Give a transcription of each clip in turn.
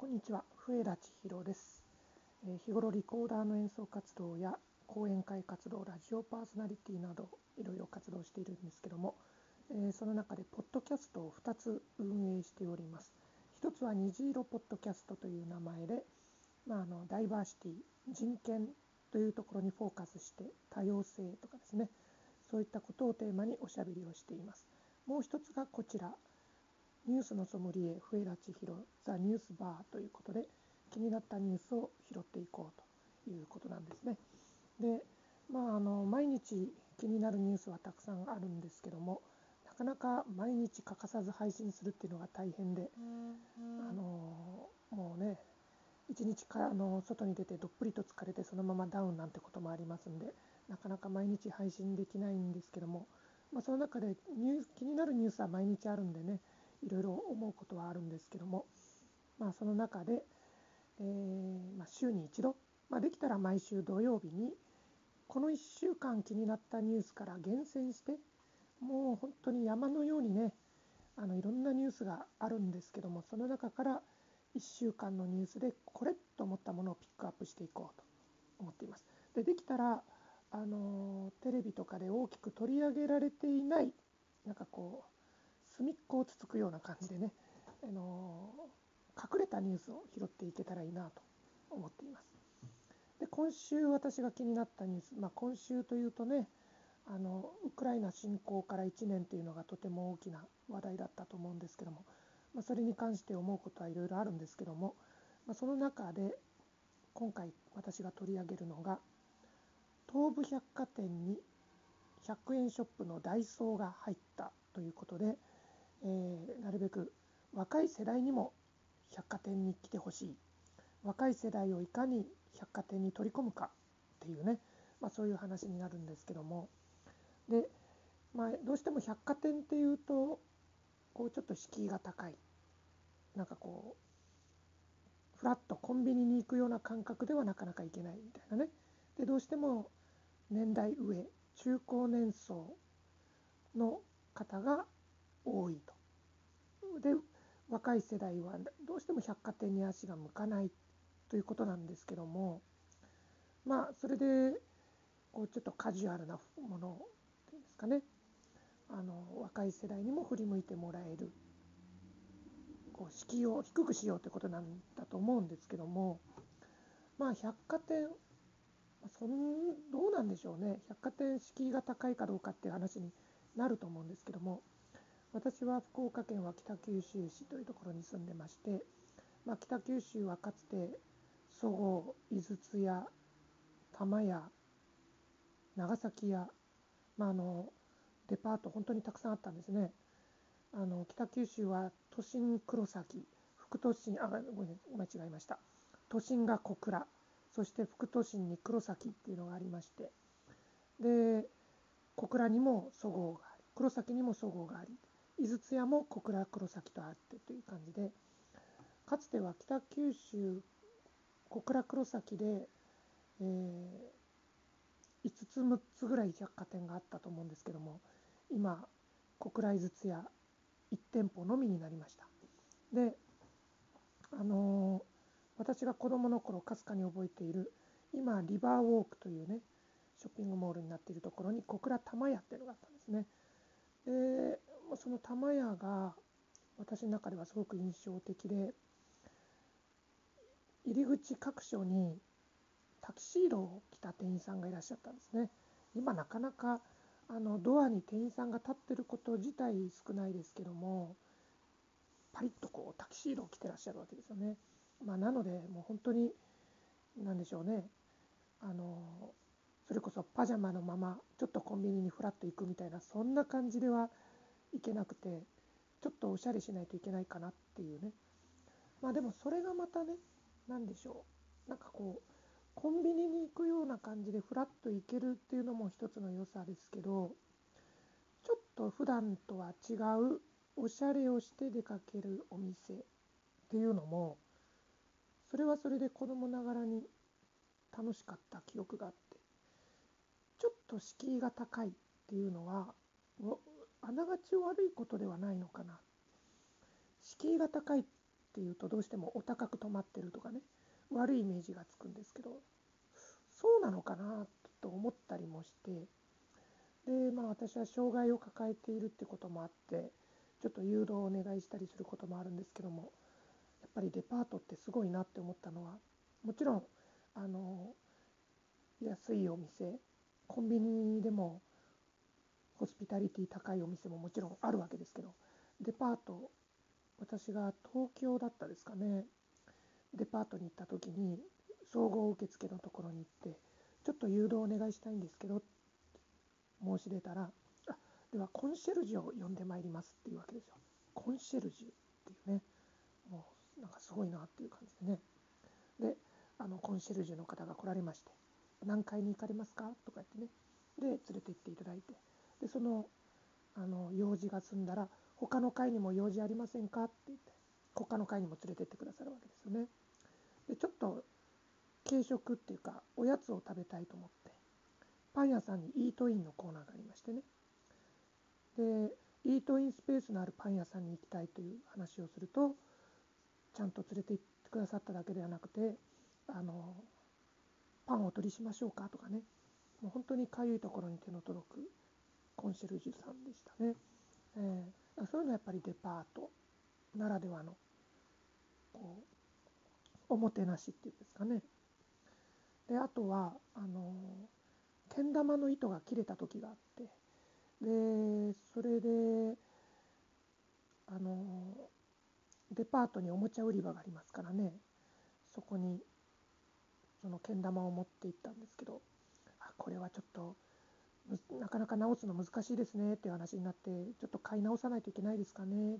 こんにちは、笛良千尋です。日頃リコーダーの演奏活動や講演会活動、ラジオパーソナリティなどいろいろ活動しているんですけども、その中でポッドキャストを2つ運営しております。一つは虹色ポッドキャストという名前で、ダイバーシティ、人権というところにフォーカスして多様性とかですね、そういったことをテーマにおしゃべりをしています。もう一つがこちら、ニュースのソムリエ、笛良千尋、ザ・ニュースバーということで、気になったニュースを拾っていこうということなんですね。で、毎日気になるニュースはたくさんあるんですけども、なかなか毎日欠かさず配信するっていうのが大変で、もうね、一日から外に出てどっぷりと疲れてそのままダウンなんてこともありますんで、なかなか毎日配信できないんですけども、その中で気になるニュースは毎日あるんでね、いろいろ思うことはあるんですけども、その中で、週に一度、できたら毎週土曜日にこの1週間気になったニュースから厳選して、もう本当に山のようにね、いろんなニュースがあるんですけども、その中から1週間のニュースでこれと思ったものをピックアップしていこうと思っています。できたらテレビとかで大きく取り上げられていない、隅っこをつつくような感じでね、隠れたニュースを拾っていけたらいいなと思っています。で、今週私が気になったニュース、今週というとね、ウクライナ侵攻から1年というのがとても大きな話題だったと思うんですけども、それに関して思うことはいろいろあるんですけども、その中で今回私が取り上げるのが、東武百貨店に100円ショップのダイソーが入ったということで、なるべく若い世代にも百貨店に来てほしい、若い世代をいかに百貨店に取り込むかっていうね、そういう話になるんですけども、で、どうしても百貨店っていうとちょっと敷居が高い、フラッとコンビニに行くような感覚ではなかなか行けないみたいなね。で、どうしても年代上、中高年層の方が多いと。で、若い世代はどうしても百貨店に足が向かないということなんですけども、それでちょっとカジュアルなものっていうんですかね、若い世代にも振り向いてもらえる、敷居を低くしようということなんだと思うんですけども、百貨店、どうなんでしょうね。百貨店敷居が高いかどうかっていう話になると思うんですけども、私は福岡県は北九州市というところに住んでまして、北九州はかつてそごう、井筒屋、玉屋、長崎屋、デパート本当にたくさんあったんですね。北九州は都心黒崎、副都心、ごめん間違えました。都心が小倉、そして副都心に黒崎っていうのがありまして、で、小倉にもそごうがあり、黒崎にもそごうがあり、井筒屋も小倉黒崎とあってという感じで、かつては北九州小倉黒崎で、5つ6つぐらい百貨店があったと思うんですけども、今小倉井筒屋1店舗のみになりました。で、私が子どもの頃かすかに覚えている、今リバーウォークというねショッピングモールになっているところに小倉玉屋っていうのがあったんですね。で、その玉屋が私の中ではすごく印象的で、入り口各所にタキシードを着た店員さんがいらっしゃったんですね。今なかなかドアに店員さんが立ってること自体少ないですけども、パリッとタキシードを着てらっしゃるわけですよね。なのでもう本当に何でしょうね、それこそパジャマのままちょっとコンビニにフラッと行くみたいな、そんな感じではいけなくて、ちょっとおしゃれしないといけないかなっていうね。でもそれがまたね、何でしょう、コンビニに行くような感じでフラッと行けるっていうのも一つの良さですけど、ちょっと普段とは違うおしゃれをして出かけるお店っていうのも、それはそれで子供ながらに楽しかった記憶があって、ちょっと敷居が高いっていうのはあながち悪いことではないのかな。敷居が高いっっていうとどうしてもお高く止まってるとかね、悪いイメージがつくんですけど、そうなのかなと思ったりもして、で、私は障害を抱えているってこともあって、ちょっと誘導をお願いしたりすることもあるんですけども、やっぱりデパートってすごいなって思ったのは、もちろんあの安いお店、コンビニでもホスピタリティ高いお店ももちろんあるわけですけど、デパート、私が東京だったですかね、デパートに行った時に総合受付のところに行って、ちょっと誘導お願いしたいんですけど申し出たら、ではコンシェルジュを呼んでまいりますっていうわけですよ。コンシェルジュっていうね、もうなんかすごいなっていう感じでね。で、コンシェルジュの方が来られまして、何階に行かれますかとか言ってね、で連れて行っていただいて、でその用事が済んだら、他の階にも用事ありませんかって言って、他の階にも連れてってくださるわけですよね。でちょっと軽食っていうかおやつを食べたいと思って、パン屋さんにイートインのコーナーがありましてね、でイートインスペースのあるパン屋さんに行きたいという話をすると、ちゃんと連れて行ってくださっただけではなくて、パンをお取りしましょうかとかね、もう本当にかゆいところに手の届くコンシェルジュさんでしたね。そういうのはやっぱりデパートならではのこおもてなしっていうんですかね。であとはけん玉の糸が切れた時があって、でそれであのデパートにおもちゃ売り場がありますからね、そこにそのけん玉を持って行ったんですけど、これはちょっとなかなか直すの難しいですねっていう話になって、ちょっと買い直さないといけないですかねって、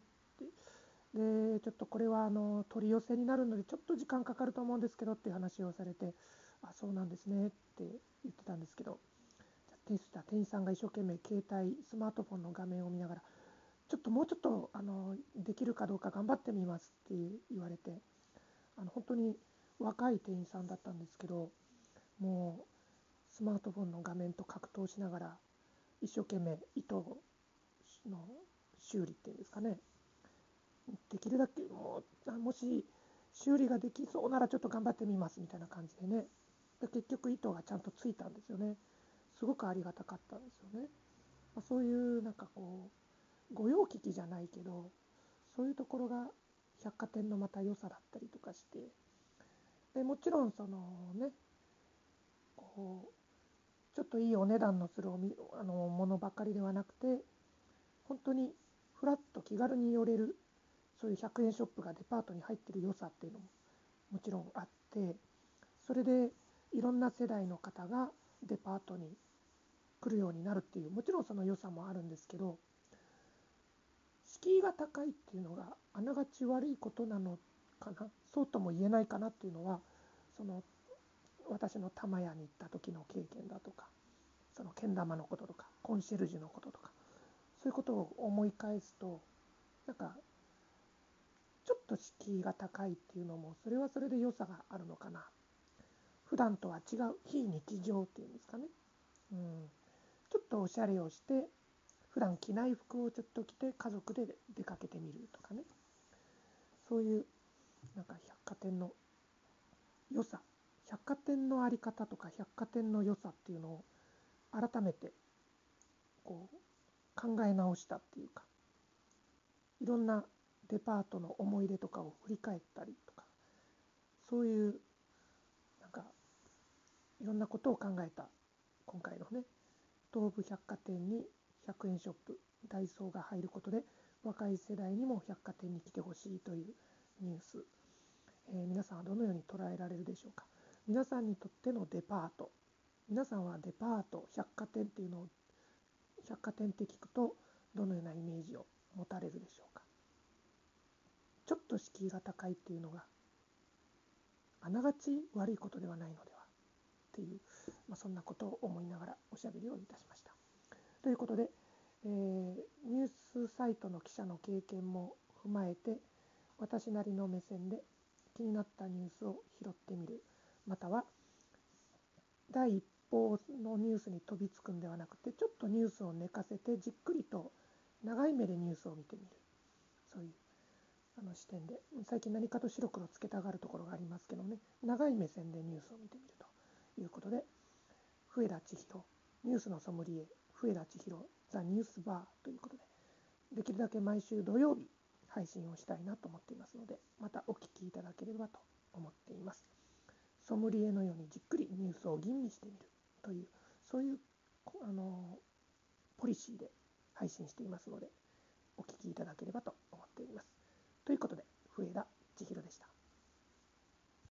でちょっとこれは取り寄せになるのでちょっと時間かかると思うんですけどっていう話をされて、そうなんですねって言ってたんですけど、店員さんが一生懸命携帯スマートフォンの画面を見ながら、もうちょっとできるかどうか頑張ってみますって言われて、本当に若い店員さんだったんですけど、もうスマートフォンの画面と格闘しながら一生懸命糸の修理っていうんですかね、できるだけもし修理ができそうならちょっと頑張ってみますみたいな感じでね、で結局糸がちゃんとついたんですよね。すごくありがたかったんですよね。そういうなんか御用聞きじゃないけど、そういうところが百貨店のまた良さだったりとかして、でもちろんそのね、こちょっといいお値段のするものばかりではなくて、本当にフラッと気軽に寄れる、そういう100円ショップがデパートに入ってる良さっていうのももちろんあって、それでいろんな世代の方がデパートに来るようになるっていう、もちろんその良さもあるんですけど、敷居が高いっていうのがあながち悪いことなのかな、そうとも言えないかなっていうのは、その私の玉屋に行った時の経験だとか、そのけん玉のこととかコンシェルジュのこととか、そういうことを思い返すと、なんかちょっと敷居が高いっていうのもそれはそれで良さがあるのかな。普段とは違う非日常っていうんですかね、ちょっとおしゃれをして普段着ない服をちょっと着て家族で出かけてみるとかね、そういうなんか百貨店の良さ、百貨店の在り方とか百貨店の良さっていうのを改めてこう考え直したっていうか、いろんなデパートの思い出とかを振り返ったりとか、そういうなんかいろんなことを考えた今回のね、東武百貨店に100円ショップダイソーが入ることで若い世代にも百貨店に来てほしいというニュース、皆さんはどのように捉えられるでしょうか。皆さんにとってのデパート、皆さんはデパート百貨店っていうのを、百貨店って聞くとどのようなイメージを持たれるでしょうか。ちょっと敷居が高いっていうのがあながち悪いことではないのではっていう、そんなことを思いながらおしゃべりをいたしました。ということで、ニュースサイトの記者の経験も踏まえて、私なりの目線で気になったニュースを拾ってみる、または第一報のニュースに飛びつくんではなくて、ちょっとニュースを寝かせてじっくりと長い目でニュースを見てみる、そういう視点で、最近何かと白黒つけたがるところがありますけどね、長い目線でニュースを見てみるということで、笛田千尋ニュースのソムリエ、笛田千尋ザ・ニュースバーということで、できるだけ毎週土曜日配信をしたいなと思っていますので、またお聞きいただければと思っています。ソムリエのようにじっくりニュースを吟味してみるという、そういうポリシーで配信していますので、お聞きいただければと思っています。ということで、笛田千尋でした。